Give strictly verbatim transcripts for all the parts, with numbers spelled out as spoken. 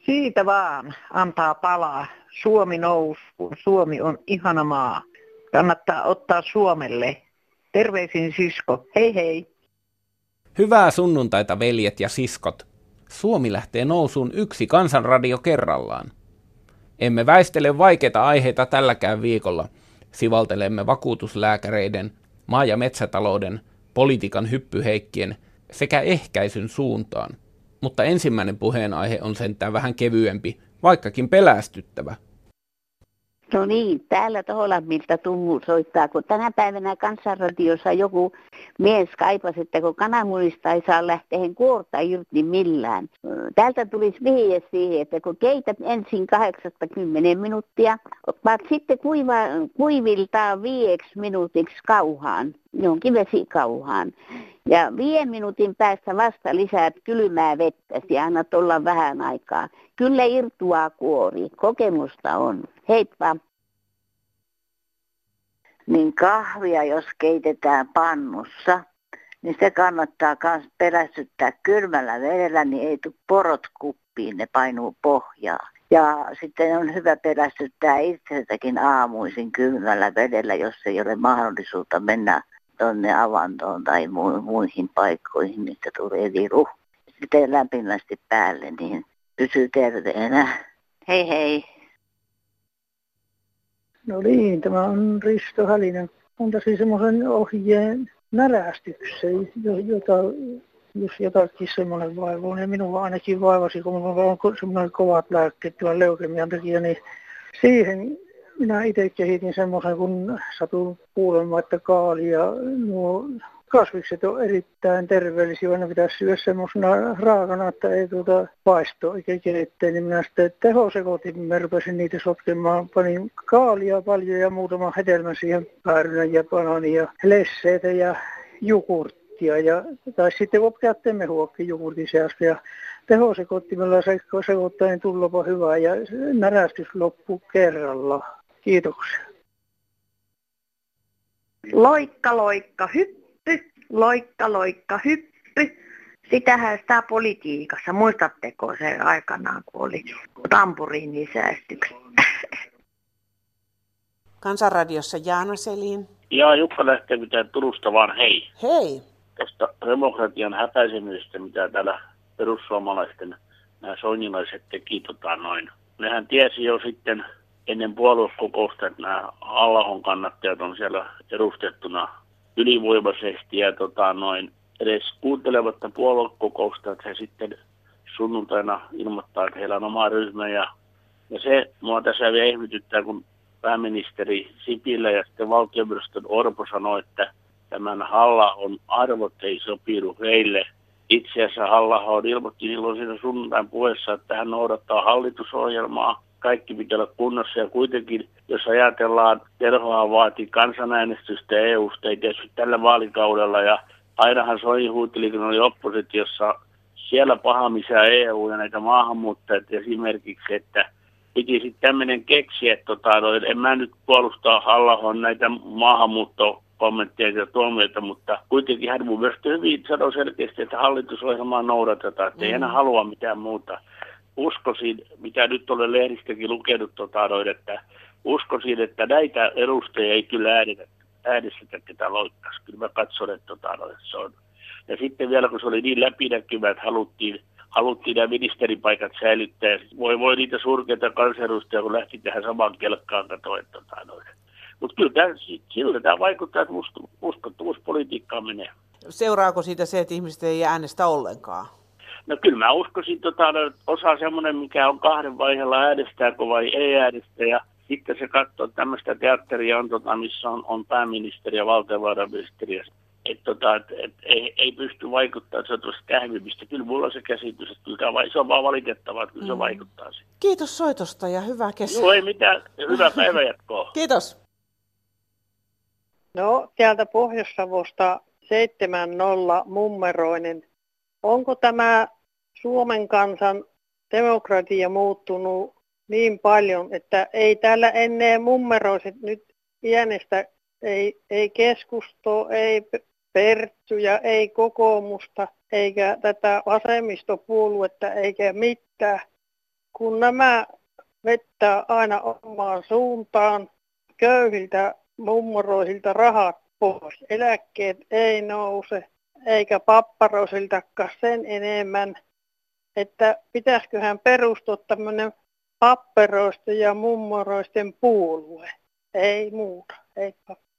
Siitä vaan antaa palaa. Suomi nousuun. Suomi on ihana maa. Kannattaa ottaa Suomelle. Terveisin sisko. Hei hei. Hyvää sunnuntaita, veljet ja siskot. Suomi lähtee nousuun yksi kansanradio kerrallaan. Emme väistele vaikeita aiheita tälläkään viikolla. Sivaltelemme vakuutuslääkäreiden, maa- ja metsätalouden, politiikan hyppyheikkien sekä ehkäisyn suuntaan. Mutta ensimmäinen puheenaihe on sentään vähän kevyempi, vaikkakin pelästyttävä. No niin, täällä Toholammilta Tummu soittaa, kun tänä päivänä Kansanradiossa joku mies kaipasi, että kun kananmunista ei saa lähteen kuorta irti millään. Täältä tulisi vihje siihen, että kun keität ensin kahdeksasta kymmenen minuuttia, ottaat sitten kuiva, kuiviltaan viieksi minuutiksi kauhaan, jonkin vesikauhaan. Ja viiden minuutin päästä vasta lisäät kylmää vettä ja annat olla vähän aikaa. Kyllä irtuaa kuori, kokemusta on. Heippa! Niin kahvia, jos keitetään pannussa, niin se kannattaa myös pelästyttää kylmällä vedellä, niin ei tule porot kuppiin, ne painuu pohjaan. Ja sitten on hyvä pelästyttää itseltäkin aamuisin kylmällä vedellä, jos ei ole mahdollisuutta mennä tuonne avantoon tai mu- muihin paikkoihin, mistä tulee viru. Sitten lämpimästi päälle, niin pysy terveenä. Hei hei! No niin, tämä on Risto Halinen. Antaisin semmoisen ohjeen närästykseen, jota, jos jotakin semmoinen vaivaa, niin minua ainakin vaivasi, kun minulla on semmoinen kovat lääkkeet tuon leukemian takia, niin siihen minä itse kehitin semmoisen, kun satun kuulemaan, että kaali ja nuo kasvikset on erittäin terveellisiä, aina pitäisi syödä semmoisena raakana, että ei tuota paistoa eikä keittää, niin minä sitten tehosekoitin, mä rupesin niitä sotkemaan, panin kaalia paljon ja muutaman hedelmän siihen, päärynän ja banaania ja lesseitä ja jogurttia, ja, tai sitten voi käyttää mehuakin jogurtin seasta, ja tehosekoittimella sekoittaa, niin tullapa hyvää, ja närästys loppuu kerralla. Kiitoksia. Loikka, loikka, hyppy. Loikka, loikka, hyppy. Sitähän sitä politiikassa. Muistatteko se aikanaan, kun oli tampuriinisäästykset? Kansanradiossa Jaana Selin. Ja Jukka lähtee mitään Turusta vaan hei. Hei. Tästä demokratian häpäisemistä, mitä täällä perussuomalaisten nämä soinilaiset teki tota noin. Nehän tiesi jo sitten ennen puoluekokousta, että nämä Halla-ahon kannattajat on siellä edustettuna ylivoimaisesti ja tota, noin, edes kuuntelematta puoluekokousta, että he sitten sunnuntaina ilmoittaa, että heillä on oma ryhmä. Ja, ja se mua tässä vielä ihmetyttää, kun pääministeri Sipilä ja sitten valtioneuvoston Orpo sanoi, että tämän Halla-ahon arvot ei sopinut heille. Itse asiassa Halla-aho ilmoitti silloin siinä sunnuntain puheessa, että hän noudattaa hallitusohjelmaa. Kaikki pitää olla kunnossa ja kuitenkin, jos ajatellaan, Terhohan vaati kansanäänestystä E U:sta, ei tietysti tällä vaalikaudella ja ainahan Soini huuteli, kun oli oppositiossa siellä pahamissa E U ja näitä maahanmuuttajat esimerkiksi, että piti sitten tämmöinen keksiä, että tota, no, en mä nyt puolustaa Halla-ahon näitä maahanmuuttokommentteja ja tuomioita, mutta kuitenkin hän mun mielestä hyvin sanoi selkeästi, että hallitusohjelmaa noudatetaan, että ei mm. enää halua mitään muuta. Uskoisin, mitä nyt olen lehdistäkin lukenut, tota, noin, että uskoisin, että näitä edustajia ei kyllä äänestetä, ketä loikkaisi. Kyllä mä katson, että tota, noin, se on. Ja sitten vielä, kun se oli niin läpinäkyvä, että haluttiin, haluttiin nämä ministeripaikat säilyttää. Ja voi, voi niitä surkeita kansanedustajia, kun lähti tähän samaan kelkkaan katoa. Tota, mutta kyllä tämä, sillä tämä vaikuttaa, että uskottavuuspolitiikkaan menee. Seuraako siitä se, että ihmiset ei äänestä ollenkaan? No kyllä mä uskoisin, tota, osa semmoinen, mikä on kahden vaiheella äänestääkö vai ei äänestä. Ja sitten se katsoo tämmöistä teatteria, on, tota, missä on, on pääministeri ja valtiovarainministeri. Että tota, et, et, ei, ei pysty vaikuttamaan, se on tuosta kähmimistä. Kyllä mulla on se käsitys, että kyllä se on vaan valitettavaa, että kyllä se mm. vaikuttaa siihen. Kiitos soitosta ja hyvää kesää. Joo, ei mitään. Hyvää päivänjatkoa. Kiitos. No, täältä Pohjois-Savosta seitsemän nolla Mummeroinen. Onko tämä Suomen kansan demokratia muuttunut niin paljon, että ei täällä ennen mummeroiset nyt äänestä, ei, ei keskustoa, ei Pertsuja, ei kokoomusta, eikä tätä vasemmistopuoluetta, eikä mitään. kun nämä vettää aina omaan suuntaan, köyhiltä mummoroisilta rahat pois. Eläkkeet ei nouse, eikä papparoisiltakaan sen enemmän, että pitäisiköhän perustua tämmöinen papperoisten ja mummoroisten puolue. Ei muuta, ei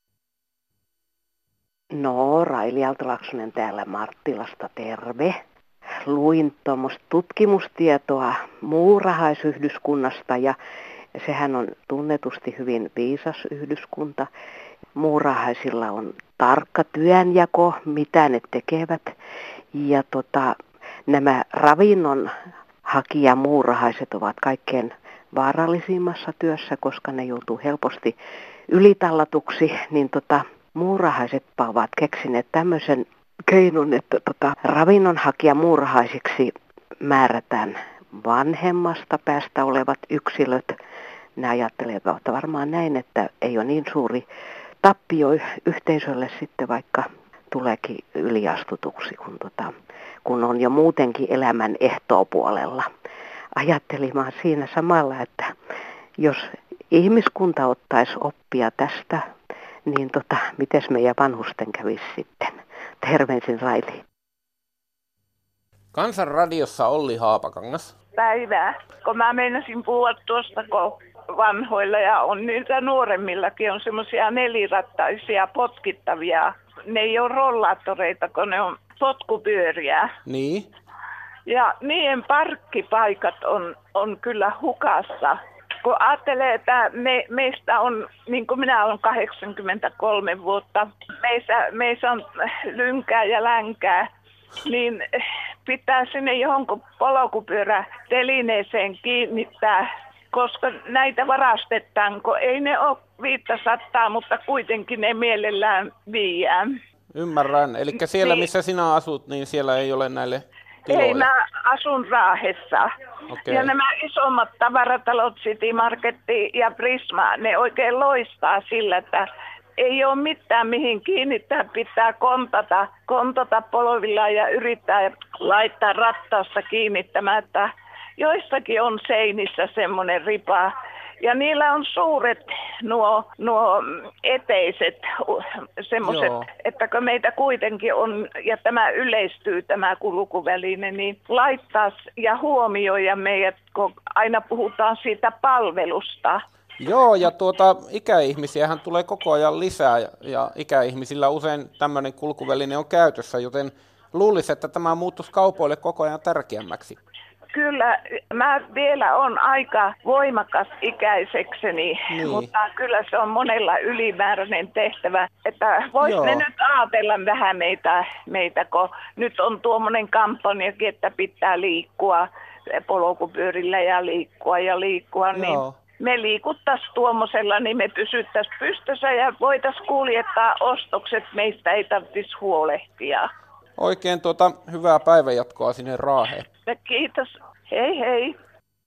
No, Raili Aalto-Laaksonen täällä Marttilasta, terve. Luin tuommoista tutkimustietoa muurahaisyhdyskunnasta ja sehän on tunnetusti hyvin viisas yhdyskunta. Muurahaisilla on tarkka työnjako, mitä ne tekevät ja tota, nämä ravinnon hakijamuurahaiset ovat kaikkein vaarallisimmassa työssä, koska ne joutuu helposti ylitallatuksi, niin tota, muurahaiset ovat keksineet tämmöisen keinon, että tota, ravinnonhakija muurahaisiksi määrätään vanhemmasta päästä olevat yksilöt. Ne ajattelevat varmaan näin, että ei ole niin suuri tappio yhteisölle sitten, vaikka tuleekin yliastutuksi, kun, tota, kun on jo muutenkin elämän ehtoopuolella. Ajattelimaan siinä samalla, että jos ihmiskunta ottaisi oppia tästä, niin tota, mites meidän vanhusten kävisi sitten? Terveisin Raili. Kansanradiossa Olli Haapakangas. Päivää. Kun mä meinasin puhua tuosta, kun vanhoilla ja on niitä nuoremmillakin on semmoisia nelirattaisia potkittavia. Ne ei ole rollaattoreita, kun ne on potkupyöriä. Niin. Ja niiden parkkipaikat on, on kyllä hukassa. Kun ajattelee, että me, meistä on, niin kuin minä olen kahdeksankymmentäkolme vuotta, meissä, meissä on lynkää ja länkää, niin pitää sinne johonkin polkupyörätelineeseen kiinnittää, koska näitä varastetaan, kun ei ne ole viittäsataa, mutta kuitenkin ne mielellään viiään. Ymmärrän. Eli siellä, niin. Missä sinä asut, niin siellä ei ole näille tiloja? Ei, mä asun Raahessa. Okay. Ja nämä isommat tavaratalot, City Marketti ja Prisma, ne oikein loistaa sillä, että ei ole mitään mihin kiinnittää, pitää kontata, kontata polvilla ja yrittää laittaa rattaasta kiinnittämättä. Joissakin on seinissä semmoinen ripa. Ja niillä on suuret nuo, nuo eteiset, semmoiset, että kun meitä kuitenkin on, ja tämä yleistyy tämä kulkuväline, niin laittaisi ja huomioida meidät, kun aina puhutaan siitä palvelusta. Joo, ja tuota, ikäihmisiähän tulee koko ajan lisää, ja ikäihmisillä usein tämmöinen kulkuväline on käytössä, joten luulisi, että tämä muuttuisi kaupoille koko ajan tärkeämmäksi. Kyllä, mä vielä on aika voimakas ikäisekseni, niin. Mutta kyllä se on monella ylimääräinen tehtävä. Että vois ne nyt ajatella vähän meitä, meitä, kun nyt on tuommoinen kampanjakin, että pitää liikkua polkupyörillä ja liikkua ja liikkua, niin Joo. me liikuttaisiin tuommoisella, niin me pysyttäisiin pystyssä ja voitaisiin kuljettaa ostokset, meistä ei tarvitsisi huolehtia. Oikein tuota hyvää päivänjatkoa sinne Raaheen. Kiitos. Hei hei.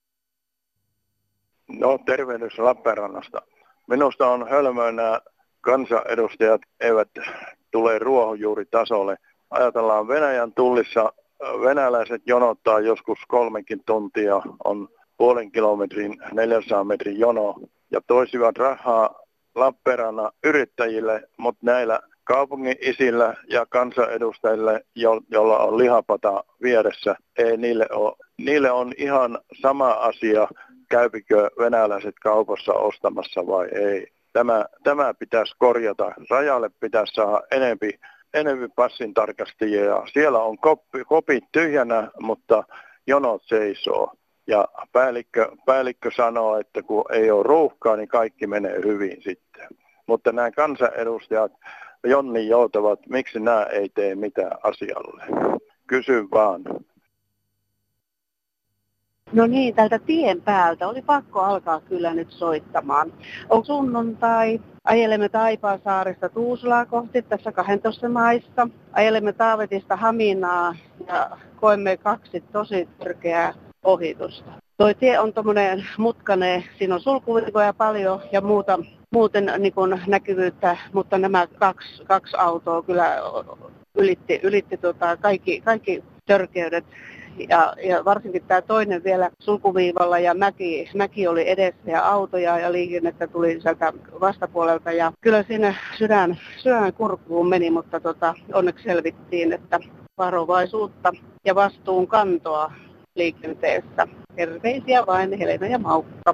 No, tervehdys Lappeenrannasta. Minusta on hölmöä, nämä kansanedustajat eivät tule ruohonjuuritasolle. Ajatellaan Venäjän tullissa, venäläiset jonottaa joskus kolmekin tuntia, on puolen kilometrin, neljänsadan metrin jono, ja toisivat rahaa Lappeenrannan yrittäjille, mutta näillä kaupungin isillä ja kansanedustajille, jo, jolla on lihapata vieressä, ei niille ole. Niille on ihan sama asia, käypikö venäläiset kaupassa ostamassa vai ei. Tämä, tämä pitäisi korjata. Rajalle pitäisi saada enempi, enempi passin tarkastajia. Siellä on koppi, kopit tyhjänä, mutta jonot seisoo. Ja päällikkö, päällikkö sanoo, että kun ei ole ruuhkaa, niin kaikki menee hyvin sitten. Mutta nämä kansanedustajat Jonni joutavat, miksi nämä ei tee mitään asialle. Kysy vaan. No niin, tältä tien päältä oli pakko alkaa kyllä nyt soittamaan. On sunnuntai, ajelemme Taipaasaaresta Tuusulaa kohti tässä kahdentoista maissa. Ajelemme Taavetista Haminaa ja koemme kaksi tosi tärkeää ohitusta. Tuo tie on tommoinen mutkainen, siinä on sulkuvikoja paljon ja muuta, muuten niin kuin näkyvyyttä, mutta nämä kaksi, kaksi autoa kyllä ylitti, ylitti tota kaikki, kaikki törkeydet Ja, ja varsinkin tämä toinen vielä sulkuviivalla ja mäki, mäki oli edessä ja autoja ja liikennettä tuli sieltä vastapuolelta. Ja kyllä siinä sydän, sydän kurkkuun meni, mutta tota, onneksi selvittiin, että varovaisuutta ja vastuunkantoa liikenteessä. Terveisiä vain Helena ja Maukka.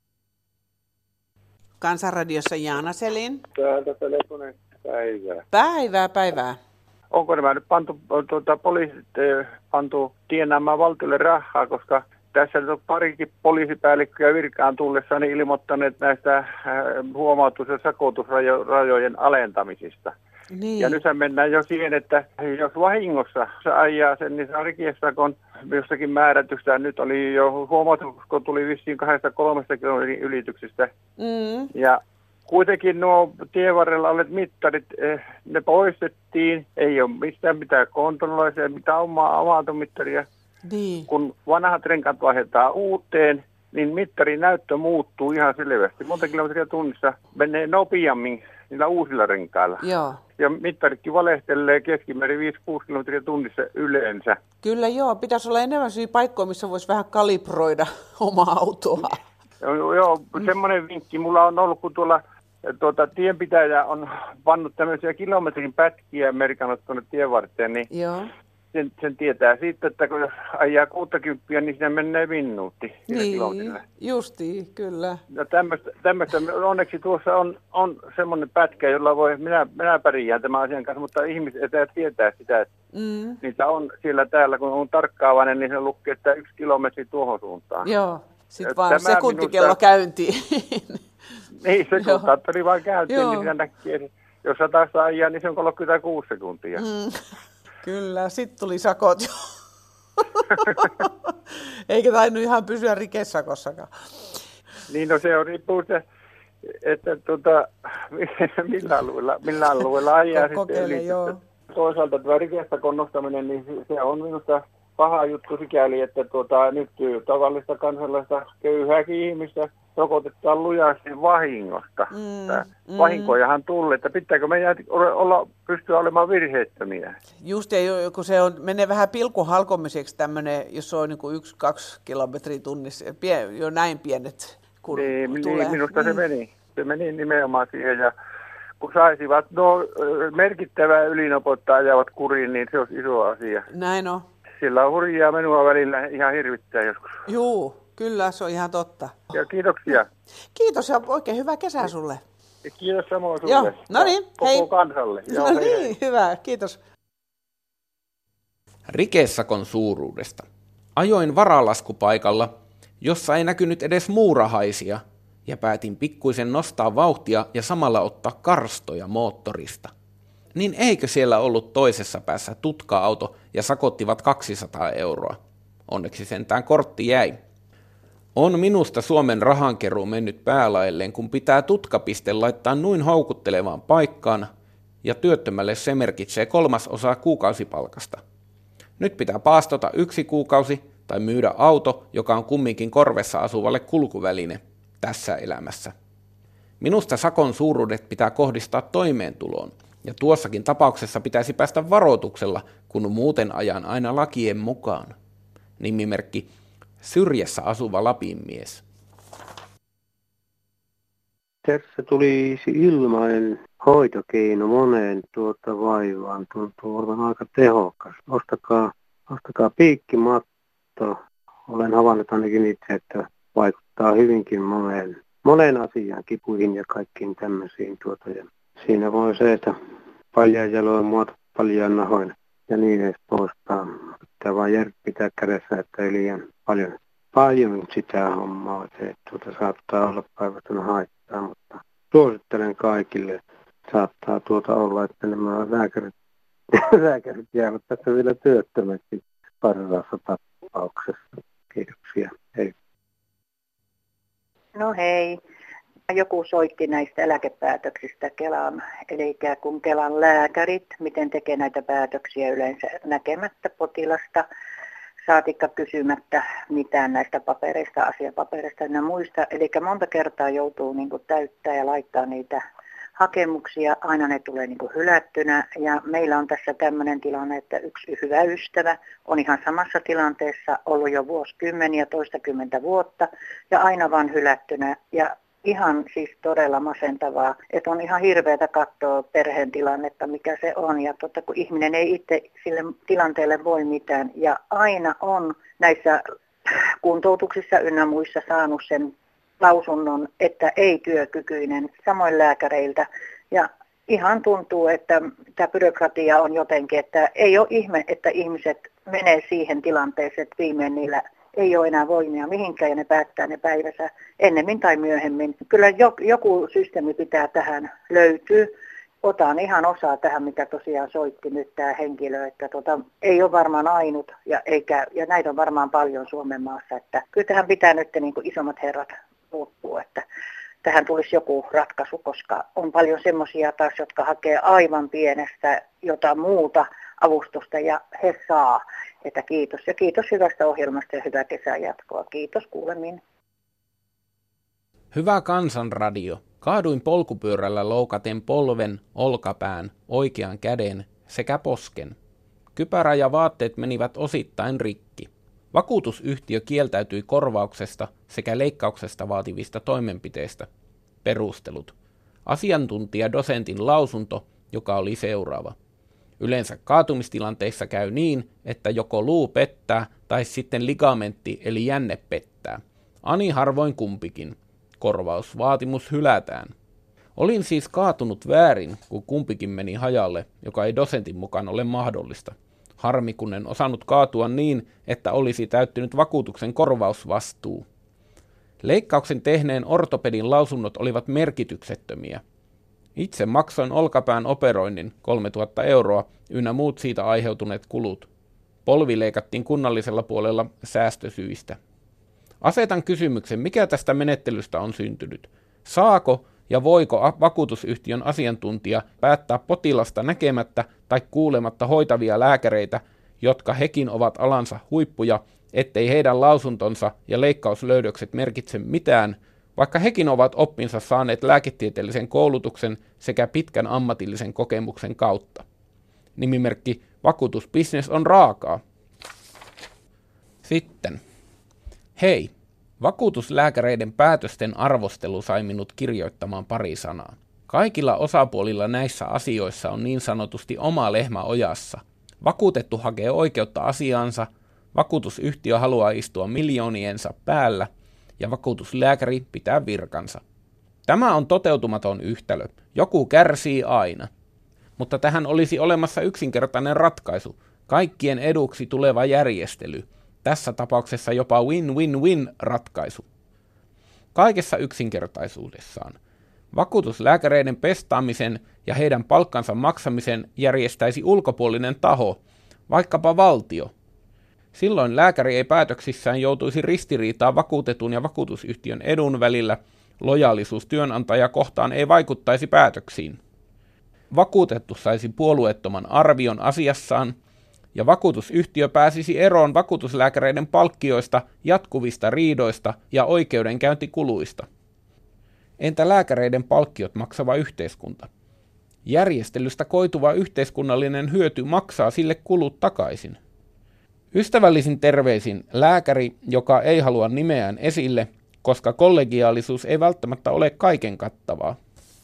Kansanradiossa Jaana Selin. Täältä Telefonen päivää. Päivää, päivää. Onko nämä nyt pantu, tuota, poliisit eh, pantu tienaamaan valtiolle rahaa, koska tässä nyt on parikin poliisipäällikköä virkaan tullessaan niin ilmoittaneet näistä äh, huomautus- ja sakotusrajojen alentamisista. Niin. Ja nythän mennään jo siihen, että jos vahingossa se ajaa sen, niin saa rikesakon jostakin määrätystä. Nyt oli jo huomautus, kun tuli vissiin kahdesta kolmesta kilometrin ylityksestä. Mm. Ja kuitenkin nuo tievarrella olleet mittarit, eh, ne poistettiin. Ei ole mistään mitään kontrolloisia, mitään omaa avautumittaria. Niin. Kun vanhat renkaat vaihdetaan uuteen, niin mittarin näyttö muuttuu ihan selvästi. Monta kilometriä tunnissa menee nopeammin niillä uusilla renkailla. Joo. Ja mittaritkin valehtelee keskimäärin viisi kuusi kilometriä tunnissa yleensä. Kyllä joo, pitäisi olla enemmän sellaisia paikkoja, missä voisi vähän kalibroida omaa autoa. Joo, joo semmoinen vinkki mulla on ollut, kun tuolla tuota, tienpitäjä on pannut tämmöisiä kilometrin pätkiä merkannut tuonne tienvarteen, niin joo. Sen, sen tietää siitä, että kun ajaa kuuttakymppiä, niin siinä menee minuutti. Niin, justiin, kyllä. Ja tämmöistä, onneksi tuossa on, on semmoinen pätkä, jolla voi, minä, minä pärjään tämän asian kanssa, mutta ihmiset ei tietää sitä, että mm. niitä on siellä täällä, kun on tarkkaavainen, niin se lukee, että yksi kilometri tuohon suuntaan. Joo, sitten vaan sekuntikello minusta käyntiin. Niin, sekuntaattori vaan käyntiin, niin siinä näkee, jos sata saa ajaa, niin se on kolmekymmentäkuusi sekuntia. Mm. Kyllä, sitten tuli sakot jo. Eikä tainnut ihan pysyä rikesakossakaan. Niin, no se on riippuu se, että tuota, millä alueella, millä alueella ajaa sitten yli. Toisaalta tämä rikesakon nostaminen, niin se on minusta paha juttu sikäli, että tuota, nyt tavallista kansalaista köyhääkin ihmistä rokotetaan lujasti vahingosta. Mm, mm. Vahinkojahan tulee, että pitääkö meidän olla, pystyä olemaan virheettömiä. Just, ja kun se on, menee vähän pilkun halkomiseksi tämmöinen, jos se on niin kuin yksi, kaksi kilometriä tunnissa, pien, jo näin pienet kun niin, tulee. Niin, minusta mm. se meni. Se meni nimenomaan siihen, ja kun saisivat no, merkittävää ylinopeutta ajavat kuriin, niin se olisi iso asia. Näin on. Sillä on hurjaa menua välillä ihan hirvittää joskus. Juu, kyllä se on ihan totta. Ja kiitoksia. Kiitos ja oikein hyvää kesää sulle. Ja kiitos samoin sulle. Joo, no niin, hei. Koko kansalle. Joo, no niin, hei. Hyvä, kiitos. Rikesakon suuruudesta. Ajoin varalaskupaikalla, jossa ei näkynyt edes muurahaisia, ja päätin pikkuisen nostaa vauhtia ja samalla ottaa karstoja moottorista. Niin eikö siellä ollut toisessa päässä tutka-auto ja sakottivat kaksisataa euroa? Onneksi sentään kortti jäi. On minusta Suomen rahankeruu mennyt päälailleen, kun pitää tutkapiste laittaa noin houkuttelevaan paikkaan, ja työttömälle se merkitsee kolmasosaa kuukausipalkasta. Nyt pitää paastota yksi kuukausi tai myydä auto, joka on kumminkin korvessa asuvalle kulkuväline tässä elämässä. Minusta sakon suuruudet pitää kohdistaa toimeentuloon, ja tuossakin tapauksessa pitäisi päästä varoituksella, kun muuten ajan aina lakien mukaan. Nimimerkki Syrjässä asuva Lapin mies. Tässä tulisi ilmainen hoitokeino moneen tuota vaivaan. Tuntuu olevan aika tehokas. Ostakaa, ostakaa piikkimatto. Olen havainnut ainakin itse, että vaikuttaa hyvinkin moneen, moneen asiaan, kipuihin ja kaikkiin tämmöisiin. Tuota. Ja siinä voi se, että paljaan jaloin muoto paljaan nahoin ja niin edes poistaa. Pitää vaan järki pitää kädessä, että ei liian paljon, paljon sitä hommaa. Että tuota saattaa olla päivätön haittaa, mutta suosittelen kaikille. Saattaa tuota olla, että nämä lääkärit, lääkärit jäävät tässä vielä työttömäksi parhaassa tapauksessa. Kiitoksia. Hei. No hei. Joku soitti näistä eläkepäätöksistä Kelan, eli kun Kelan lääkärit, miten tekee näitä päätöksiä yleensä näkemättä potilasta, saatikka kysymättä mitään näistä papereista, asiapapereista ja muista. Eli monta kertaa joutuu niin kuin täyttää ja laittaa niitä hakemuksia, aina ne tulee niin kuin hylättynä ja meillä on tässä tämmöinen tilanne, että yksi hyvä ystävä on ihan samassa tilanteessa ollut jo vuosikymmeniä, toistakymmentä vuotta ja aina vaan hylättynä ja ihan siis todella masentavaa, että on ihan hirveätä katsoa perheen tilannetta, mikä se on ja totta kun ihminen ei itse sille tilanteelle voi mitään ja aina on näissä kuntoutuksissa ynnä muissa saanut sen lausunnon, että ei työkykyinen samoin lääkäreiltä ja ihan tuntuu, että tämä byrokratia on jotenkin, että ei ole ihme, että ihmiset menee siihen tilanteeseen, että viimein niillä ei ole enää voimia mihinkään ja ne päättää ne päivänsä ennemmin tai myöhemmin. Kyllä joku systeemi pitää tähän löytyä. Otan ihan osaa tähän, mitä tosiaan soitti nyt tämä henkilö, että tota, ei ole varmaan ainut ja, eikä, ja näitä on varmaan paljon Suomen maassa. Että kyllä tähän pitää nyt niin kuin isommat herrat puuttua, että tähän tulisi joku ratkaisu, koska on paljon semmoisia taas, jotka hakee aivan pienestä jotain muuta avustusta ja he saa. Että kiitos ja kiitos hyvästä ohjelmasta ja hyvää kesän jatkoa. Kiitos kuulemiin. Hyvä Kansanradio. Kaaduin polkupyörällä loukaten polven, olkapään, oikean käden sekä posken. Kypärä ja vaatteet menivät osittain rikki. Vakuutusyhtiö kieltäytyi korvauksesta sekä leikkauksesta vaativista toimenpiteistä. Perustelut. Asiantuntijadosentin lausunto, joka oli seuraava. Yleensä kaatumistilanteissa käy niin, että joko luu pettää tai sitten ligamentti eli jänne pettää. Ani harvoin kumpikin. Korvausvaatimus hylätään. Olin siis kaatunut väärin, kun kumpikin meni hajalle, joka ei dosentin mukaan ole mahdollista. Harmi, kun en osannut kaatua niin, että olisi täyttynyt vakuutuksen korvausvastuu. Leikkauksen tehneen ortopedin lausunnot olivat merkityksettömiä. Itse maksoin olkapään operoinnin kolmetuhatta euroa ynnä muut siitä aiheutuneet kulut. Polvi leikattiin kunnallisella puolella säästösyistä. Asetan kysymyksen, mikä tästä menettelystä on syntynyt. Saako ja voiko vakuutusyhtiön asiantuntija päättää potilasta näkemättä tai kuulematta hoitavia lääkäreitä, jotka hekin ovat alansa huippuja, ettei heidän lausuntonsa ja leikkauslöydökset merkitse mitään, vaikka hekin ovat oppinsa saaneet lääketieteellisen koulutuksen sekä pitkän ammatillisen kokemuksen kautta. Nimimerkki Vakuutusbisnes on raakaa. Sitten. Hei, vakuutuslääkäreiden päätösten arvostelu sai minut kirjoittamaan pari sanaa. Kaikilla osapuolilla näissä asioissa on niin sanotusti oma lehmä ojassa. Vakuutettu hakee oikeutta asiaansa, vakuutusyhtiö haluaa istua miljooniensa päällä ja vakuutuslääkäri pitää virkansa. Tämä on toteutumaton yhtälö. Joku kärsii aina. Mutta tähän olisi olemassa yksinkertainen ratkaisu. Kaikkien eduksi tuleva järjestely. Tässä tapauksessa jopa win-win-win ratkaisu. Kaikessa yksinkertaisuudessaan. Vakuutuslääkäreiden pestaamisen ja heidän palkkansa maksamisen järjestäisi ulkopuolinen taho, vaikkapa valtio. Silloin lääkäri ei päätöksissään joutuisi ristiriitaan vakuutetun ja vakuutusyhtiön edun välillä, lojaalisuus työnantajaa kohtaan ei vaikuttaisi päätöksiin. Vakuutettu saisi puolueettoman arvion asiassaan, ja vakuutusyhtiö pääsisi eroon vakuutuslääkäreiden palkkioista, jatkuvista riidoista ja oikeudenkäyntikuluista. Entä lääkäreiden palkkiot maksava yhteiskunta? Järjestelystä koituva yhteiskunnallinen hyöty maksaa sille kulut takaisin. Ystävällisin terveisin lääkäri, joka ei halua nimeään esille, koska kollegiaalisuus ei välttämättä ole kaiken kattavaa.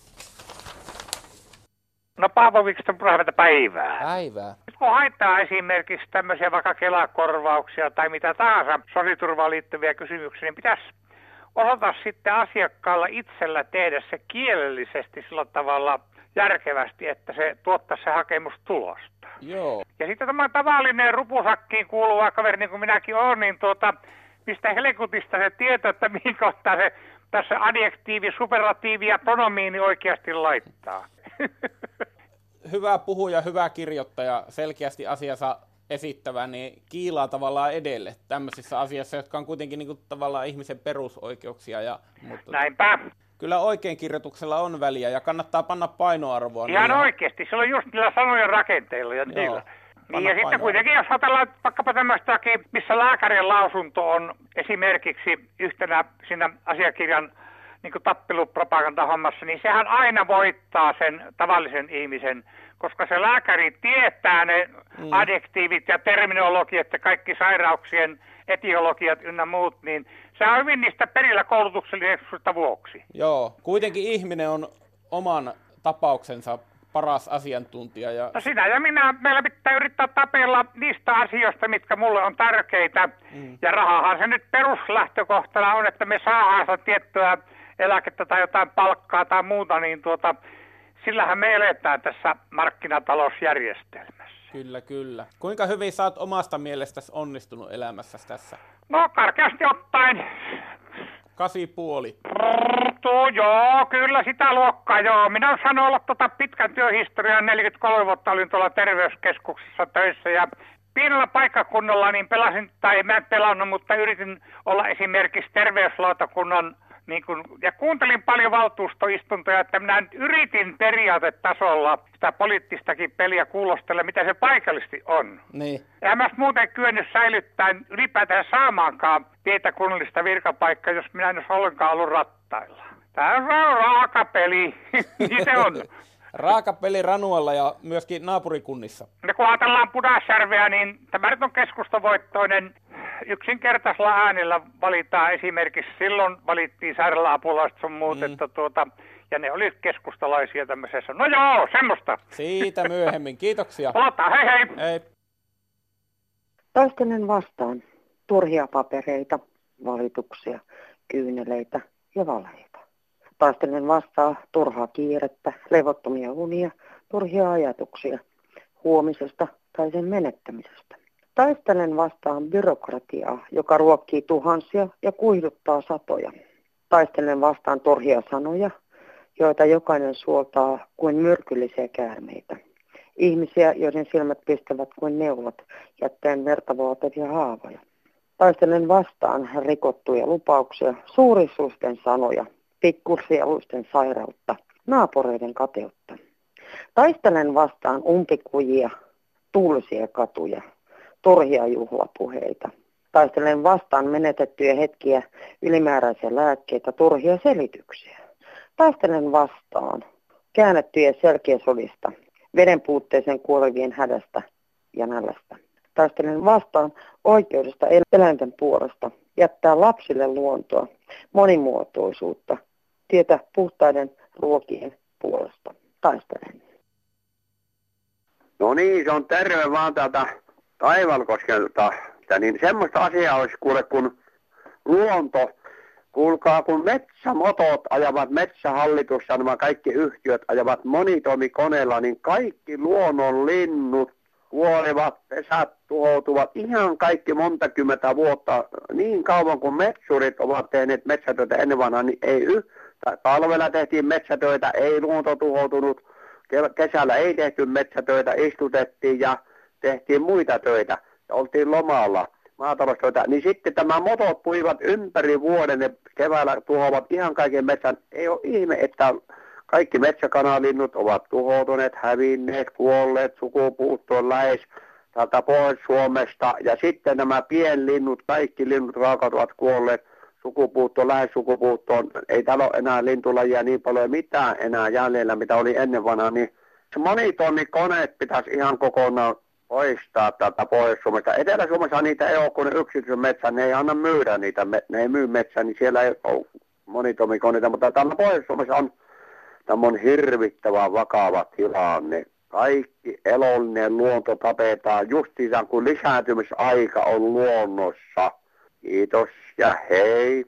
No Paavo Wikström, päivää päivää. Päivää. Nyt kun haittaa esimerkiksi tämmöisiä vaikka Kela-korvauksia tai mitä tahansa sosiaaliturvaan liittyviä kysymyksiä, niin pitäisi osata sitten asiakkaalla itsellä tehdä se kielellisesti sillä tavalla järkevästi, että se tuottaisi se hakemus tulosta. Joo. Ja sitten tämä tavallinen rupusakkiin kuuluva kaveri, niin kuin minäkin olen, niin tuota, mistä helkutista se tieto, että mihin kohtaan se tässä adjektiivi, superlatiivi ja pronomiini oikeasti laittaa. Hyvä puhuja, hyvä kirjoittaja, selkeästi asiansa esittävä, niin kiilaa tavallaan edelle tämmöisissä asiassa, jotka on kuitenkin niin kuin tavallaan ihmisen perusoikeuksia. Ja, mutta näinpä. Kyllä oikein kirjoituksella on väliä ja kannattaa panna painoarvoa. Ihan niillä. Oikeasti, se on just niillä sanojen rakenteilla ja niillä. Niin, ja sitten kuitenkin, jos ajatellaan vaikkapa tämmöistäkin, missä lääkärin lausunto on esimerkiksi yhtenä siinä asiakirjan niin kuin tappelupropagandahommassa, niin sehän aina voittaa sen tavallisen ihmisen, koska se lääkäri tietää ne mm. adjektiivit ja terminologiat ja kaikki sairauksien etiologiat ynnä muut, niin se on hyvin niistä perillä koulutuksellisesta vuoksi. Joo, kuitenkin ihminen on oman tapauksensa paras asiantuntija. Ja... No sinä ja minä, meillä pitää yrittää tapella niistä asioista, mitkä mulle on tärkeitä. Mm. Ja rahahan se nyt peruslähtökohtana on, että me saadaan tiettyä eläkettä tai jotain palkkaa tai muuta, niin tuota, sillähän me eletään tässä markkinatalousjärjestelmässä. Kyllä, kyllä. Kuinka hyvin sä oot omasta mielestäsi onnistunut elämässäsi tässä? No karkeasti ottaen. Kasi puoli. Tuo, joo, kyllä sitä luokkaa, joo. Minä sanon olla tota pitkän työhistorian, neljäkymmentäkolme vuotta olin tuolla terveyskeskuksessa töissä ja pienellä paikkakunnalla niin pelasin, tai mä en pelannut, mutta yritin olla esimerkiksi terveyslautakunnan, niin kun, ja kuuntelin paljon valtuustoistuntoja, että minä nyt yritin periaatetasolla sitä poliittistakin peliä kuulostella, mitä se paikallisesti on. Niin. Eihän mä muuten kyennyt säilyttämään ylipäätään saamaankaan tietä kunnallista virkapaikkaa, jos minä en olisi ollenkaan ollut rattailla. Tämä on raaka peli, niin se on. Raaka peli Ranualla ja myöskin naapurikunnissa. Ja kun ajatellaan Pudasjärveä, niin tämä nyt on keskustavoittoinen. Yksinkertaisella äänellä valitaan esimerkiksi, silloin valittiin sairaala-apulaiset sun muut, mm. että tuota, ja ne oli keskustalaisia tämmöisessä. No joo, semmoista. Siitä myöhemmin, kiitoksia. Ota, hei hei. Hei. Taistelen vastaan turhia papereita, valituksia, kyyneleitä ja valeita. Taistelen vastaan turhaa kiirettä, levottomia unia, turhia ajatuksia huomisesta tai sen menettämisestä. Taistelen vastaan byrokratiaa, joka ruokkii tuhansia ja kuihduttaa satoja. Taistelen vastaan turhia sanoja, joita jokainen suoltaa kuin myrkyllisiä käärmeitä. Ihmisiä, joiden silmät pistävät kuin neulat, jättäen vertavoitavia haavoja. Taistelen vastaan rikottuja lupauksia, suurisuusten sanoja, pikkusieluisten sairautta, naapureiden kateutta. Taistelen vastaan umpikujia, tuulisia katuja, turhia juhlapuheita. Taistelen vastaan menetettyjä hetkiä, ylimääräisiä lääkkeitä, turhia selityksiä. Taistelen vastaan käännettyjä selkiäsodista, veden puutteeseen kuolevien hädästä ja nällästä. Taistelen vastaan oikeudesta eläinten puolesta, jättää lapsille luontoa, monimuotoisuutta, tietä puhtaiden ruokien puolesta. Taistelen. No niin, se on terve vaan täältä Taivalkoskelta. Niin semmoista asiaa olisi kuule, kun luonto, kuulkaa, kun metsämotot ajavat metsähallitus ja nämä kaikki yhtiöt ajavat monitoimikoneella, niin kaikki luonnon linnut kuolevat, pesät tuhoutuvat ihan kaikki monta kymmentä vuotta. Niin kauan kuin metsurit ovat tehneet metsätöitä ennen vanhaa, niin ei yhtä. Talvella tehtiin metsätöitä, ei luonto tuhoutunut. Kesällä ei tehty metsätöitä, istutettiin ja tehtiin muita töitä. Oltiin lomalla, maataloustöitä. Niin sitten tämä motot puivat ympäri vuoden, ne keväällä tuhoavat ihan kaiken metsän. Ei ole ihme, että kaikki metsäkanalinnut ovat tuhoutuneet, hävinneet, kuolleet, sukupuuttoon lähes täältä Pohjois-Suomesta. Ja sitten nämä pienlinnut, kaikki linnut raakat ovat kuolleet sukupuuttoon, lähes sukupuuttoon. Ei täällä ole enää lintulajia niin paljon mitään enää jäljellä, mitä oli ennen vanhaa. Niin monitoimikoneet pitäisi ihan kokonaan poistaa täältä Pohjois-Suomesta. Etelä-Suomessa niitä ei ole, kun ne yksityisen metsän, ne ei anna myydä niitä, ne ei myy metsää, niin siellä ei ole monitoimikoneita. Mutta täällä Pohjois-Suomessa on tämmöinen hirvittävän vakava tilanne. Kaikki elollinen luonto tapetaan justiinsa, kun lisääntymisaika on luonnossa. Kiitos ja hei.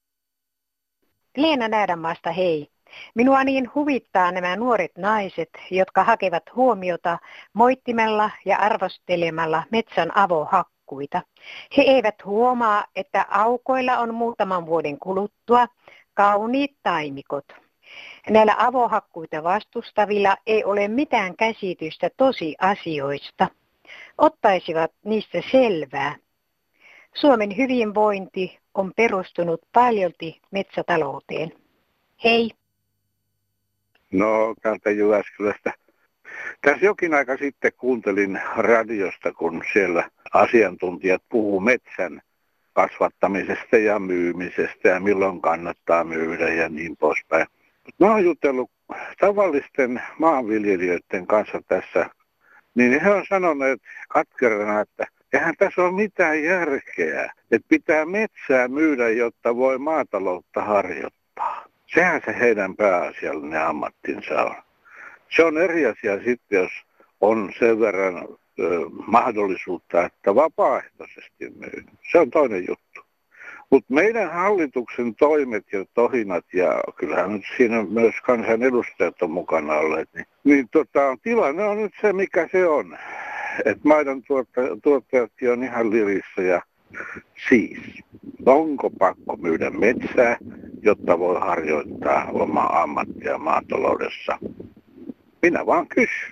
Leena Näädänmaasta hei. Minua niin huvittaa nämä nuoret naiset, jotka hakevat huomiota moittimella ja arvostelemalla metsän avohakkuita. He eivät huomaa, että aukoilla on muutaman vuoden kuluttua kauniit taimikot. Näillä avohakkuita vastustavilla ei ole mitään käsitystä tosiasioista. Ottaisivat niistä selvää. Suomen hyvinvointi on perustunut paljolti metsätalouteen. Hei! No, täältä Jyväskylästä. Tässä jokin aika sitten kuuntelin radiosta, kun siellä asiantuntijat puhuu metsän kasvattamisesta ja myymisestä ja milloin kannattaa myydä ja niin poispäin. Mä oon jutellut tavallisten maanviljelijöiden kanssa tässä, niin he on sanoneet katkerana, että eihän tässä ole mitään järkeä, että pitää metsää myydä, jotta voi maataloutta harjoittaa. Sehän se heidän pääasiallinen ammattinsa on. Se on eri asia sitten, jos on sen verran ö, mahdollisuutta, että vapaaehtoisesti myy. Se on toinen juttu. Mutta meidän hallituksen toimet ja tohinat, ja kyllähän nyt siinä myös kansanedustajat on mukana olleet, niin, niin tota, tilanne on nyt se, mikä se on. Että maidon tuottajatkin on ihan lirissä ja siis, onko pakko myydä metsää, jotta voi harjoittaa omaa ammattia maataloudessa? Minä vaan kysyn.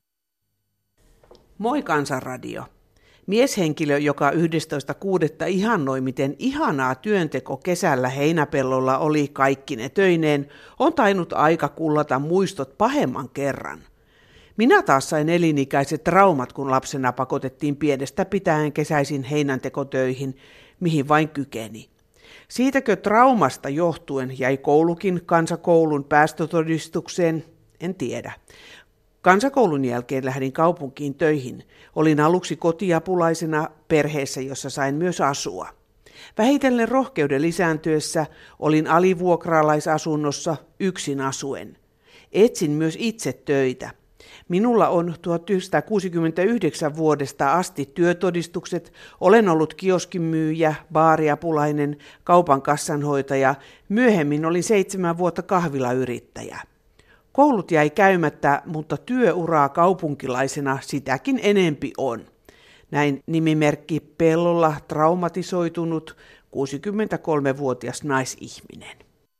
Moi Kansanradio. Mieshenkilö, joka yhdestoista kuudetta ihannoi, miten ihanaa työnteko kesällä heinäpellolla oli kaikkine töineen, on tainnut aika kullata muistot pahemman kerran. Minä taas sain elinikäiset traumat, kun lapsena pakotettiin pienestä pitäen kesäisin heinäntekotöihin, mihin vain kykeni. Siitäkö traumasta johtuen jäi koulukin kansakoulun päästötodistukseen, en tiedä. Kansakoulun jälkeen lähdin kaupunkiin töihin. Olin aluksi kotiapulaisena perheessä, jossa sain myös asua. Vähitellen rohkeuden lisääntyessä olin alivuokraalaisasunnossa yksin asuen. Etsin myös itse töitä. Minulla on tuhatyhdeksänsataakuusikymmentäyhdeksän vuodesta asti työtodistukset, olen ollut kioskimyyjä, baariapulainen, kaupan kassanhoitaja, myöhemmin olin seitsemän vuotta kahvilayrittäjä. Koulut jäi käymättä, mutta työuraa kaupunkilaisena sitäkin enempi on. Näin nimimerkki pellolla traumatisoitunut kuusikymmentäkolmevuotias naisihminen.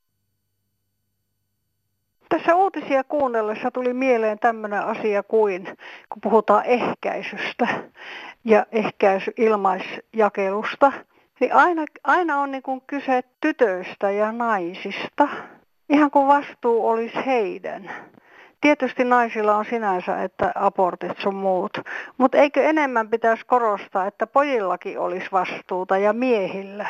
Tässä uutisia kuunnellessa tuli mieleen tämmöinen asia kuin, kun puhutaan ehkäisystä ja ehkäisy ilmaisjakelusta, niin aina, aina on niin kuin kyse tytöistä ja naisista, ihan kuin vastuu olisi heidän. Tietysti naisilla on sinänsä, että abortit sun muut, mutta eikö enemmän pitäisi korostaa, että pojillakin olisi vastuuta ja miehillä?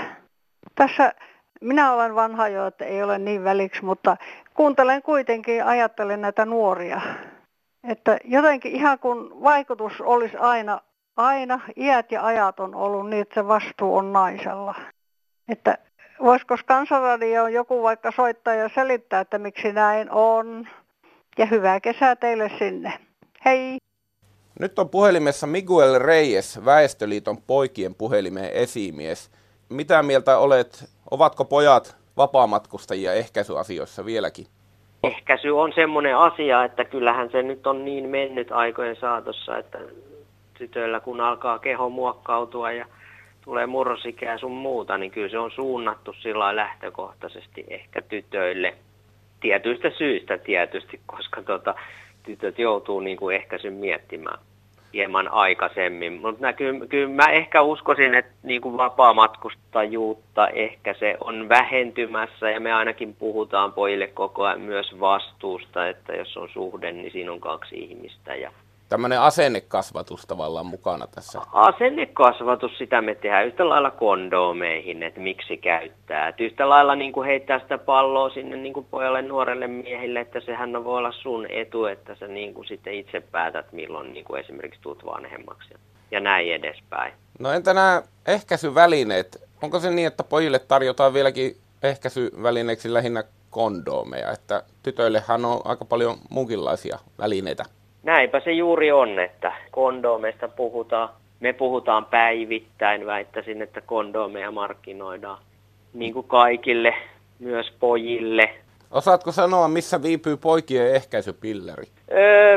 Tässä minä olen vanha jo, että ei ole niin väliksi, mutta kuuntelen kuitenkin ja ajattelen näitä nuoria. Että jotenkin ihan kun vaikutus olisi aina, aina iät ja ajat on ollut niin, että se vastuu on naisella. Että voisiko Kansanradio joku vaikka soittaa ja selittää, että miksi näin on. Ja hyvää kesää teille sinne. Hei! Nyt on puhelimessa Miguel Reyes, Väestöliiton poikien puhelimeen esimies. Mitä mieltä olet, ovatko pojat vapaamatkustajia ehkäisyasioissa vieläkin? Ehkäisy on semmoinen asia, että kyllähän se nyt on niin mennyt aikojen saatossa, että tytöillä kun alkaa keho muokkautua ja tulee murrosikää sun muuta, niin kyllä se on suunnattu sillä lähtökohtaisesti ehkä tytöille. Tietyistä syistä tietysti, koska tota, tytöt joutuu niin kuin ehkäisyn miettimään hieman aikaisemmin. Mutta kyllä, kyllä mä ehkä uskoisin, että niin kuin vapaamatkustajuutta ehkä se on vähentymässä ja me ainakin puhutaan pojille koko ajan myös vastuusta, että jos on suhde, niin siinä on kaksi ihmistä. Ja tämmöinen asennekasvatus tavallaan mukana tässä. Asennekasvatus, sitä me tehdään yhtä lailla kondoomeihin, että miksi käyttää. Et yhtä lailla niin kuin heittää sitä palloa sinne niin kuin pojalle nuorelle miehille, että sehän voi olla sun etu, että sä niin kuin sitten itse päätät, milloin niin kuin esimerkiksi tuut vanhemmaksi ja näin edespäin. No entä nämä ehkäisyvälineet? Onko se niin, että pojille tarjotaan vieläkin ehkäisyvälineeksi lähinnä kondoomeja, että tytöillehän on aika paljon muunkinlaisia välineitä? Näinpä se juuri on, että kondoomeista puhutaan. Me puhutaan päivittäin, väittäisin, että kondoomeja markkinoidaan niin kuin kaikille, myös pojille. Osaatko sanoa, missä viipyy poikien ehkäisypilleri? Öö,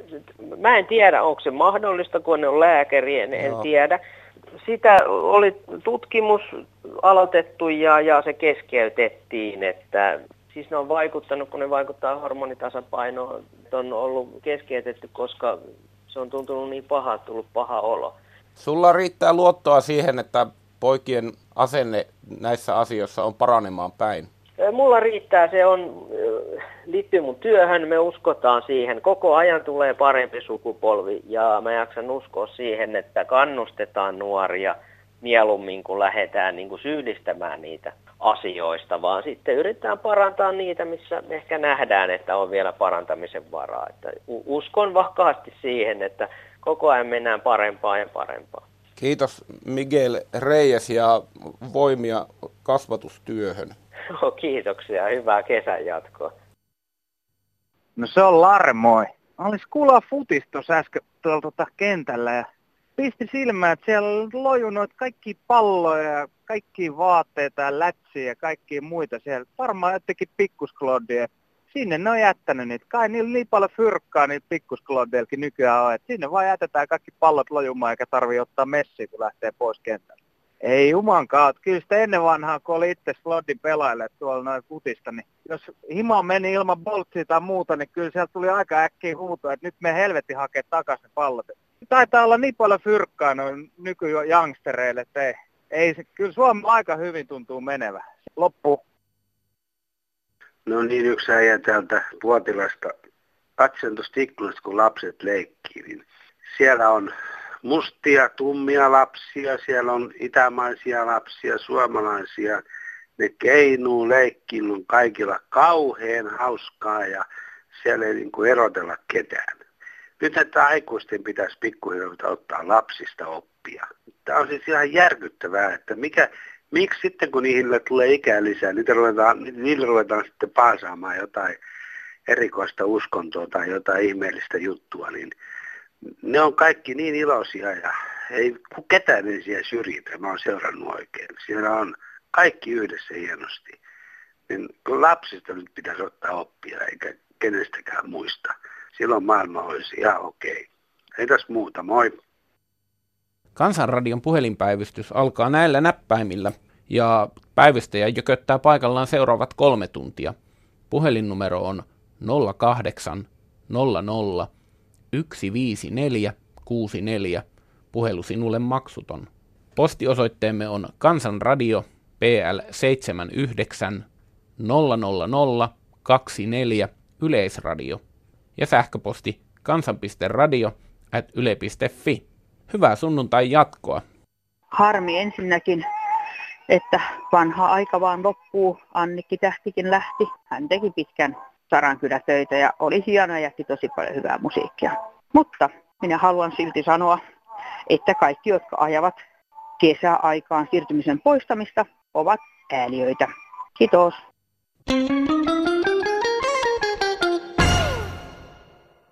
mä en tiedä, onko se mahdollista, kun ne on lääkäri, en, en tiedä. Sitä oli tutkimus aloitettu ja, ja se keskeytettiin, että siis ne on vaikuttanut, kun ne vaikuttaa hormonitasapainoon, on ollut keskeytetty, koska se on tuntunut niin paha, tullut paha olo. Sulla riittää luottoa siihen, että poikien asenne näissä asioissa on paranemaan päin? Mulla riittää, se on, liittyy mun työhön, me uskotaan siihen. Koko ajan tulee parempi sukupolvi ja mä jaksan uskoa siihen, että kannustetaan nuoria mieluummin, kun lähdetään niin kuin syyllistämään niitä asioista, vaan sitten yritetään parantaa niitä, missä ehkä nähdään, että on vielä parantamisen varaa. Että uskon vakaasti siihen, että koko ajan mennään parempaan ja parempaan. Kiitos Miguel Reyes ja voimia kasvatustyöhön. No, kiitoksia. Hyvää kesän jatkoa. No se on Larre, moi. Olisi kuulla futista tuossa äsken tuolla tuota kentällä ja pisti silmään, että siellä on lojunut kaikki palloja ja kaikki vaatteita ja lätsiä ja kaikkia muita siellä. Varmaan jotenkin pikkuskloddia. Sinne ne on jättänyt niitä. Kai niillä niin paljon fyrkkaa niitä pikkuskloddeilkin nykyään on, että sinne vaan jätetään kaikki pallot lojumaan eikä tarvitse ottaa messiä, kun lähtee pois kentällä. Ei jumankaan. Kyllä sitä ennen vanhaa, kun oli itse Sloddin pelaille tuolla noin futista, niin jos hima meni ilman boltsia tai muuta, niin kyllä sieltä tuli aika äkkiä huutoa, että nyt me helvetti hakee takaisin ne pallot. Taitaa olla niin paljon fyrkkaa noin nykyjangstereille, että ei, ei se, kyllä Suomella aika hyvin tuntuu menevä. Loppu. No niin, yksi äijä täältä Puotilasta. Katsen tuosta ikkunasta, kun lapset leikkii, niin siellä on mustia, tummia lapsia, siellä on itämaisia lapsia, suomalaisia. Ne keinuu, leikkii, on kaikilla kauhean hauskaa ja siellä ei niin kuin erotella ketään. Nyt että aikuisten pitäisi pikkuhiljaa ottaa lapsista oppia. Tämä on siis ihan järkyttävää, että mikä, miksi sitten kun niille tulee ikää lisää, niille ruvetaan, niille ruvetaan sitten paasaamaan jotain erikoista uskontoa tai jotain ihmeellistä juttua, niin ne on kaikki niin iloisia ja ei ketään ei siellä syrjitä, mä oon seurannut oikein. Siellä on kaikki yhdessä hienosti. Niin lapsista nyt pitäisi ottaa oppia eikä kenestäkään muista. Silloin maailma olisi ihan okei. Ei tässä muuta, moi. Kansanradion puhelinpäivystys alkaa näillä näppäimillä ja päivystäjä jököttää paikallaan seuraavat kolme tuntia. Puhelinnumero on nolla kahdeksan nolla nolla yksi viisi neljä kuusi neljä. Puhelu sinulle maksuton. Postiosoitteemme on Kansanradio P L seitsemänkymmentäyhdeksän nolla nolla nolla kaksikymmentäneljä Yleisradio ja sähköposti kansan piste radio ät yle piste fi. Hyvää sunnuntai jatkoa. Harmi ensinnäkin, että vanha aika vaan loppuu. Annikki Tähtikin lähti. Hän teki pitkän Sarankylä-töitä ja oli hieno ja jätti tosi paljon hyvää musiikkia. Mutta minä haluan silti sanoa, että kaikki, jotka ajavat kesäaikaan siirtymisen poistamista, ovat ääliöitä. Kiitos.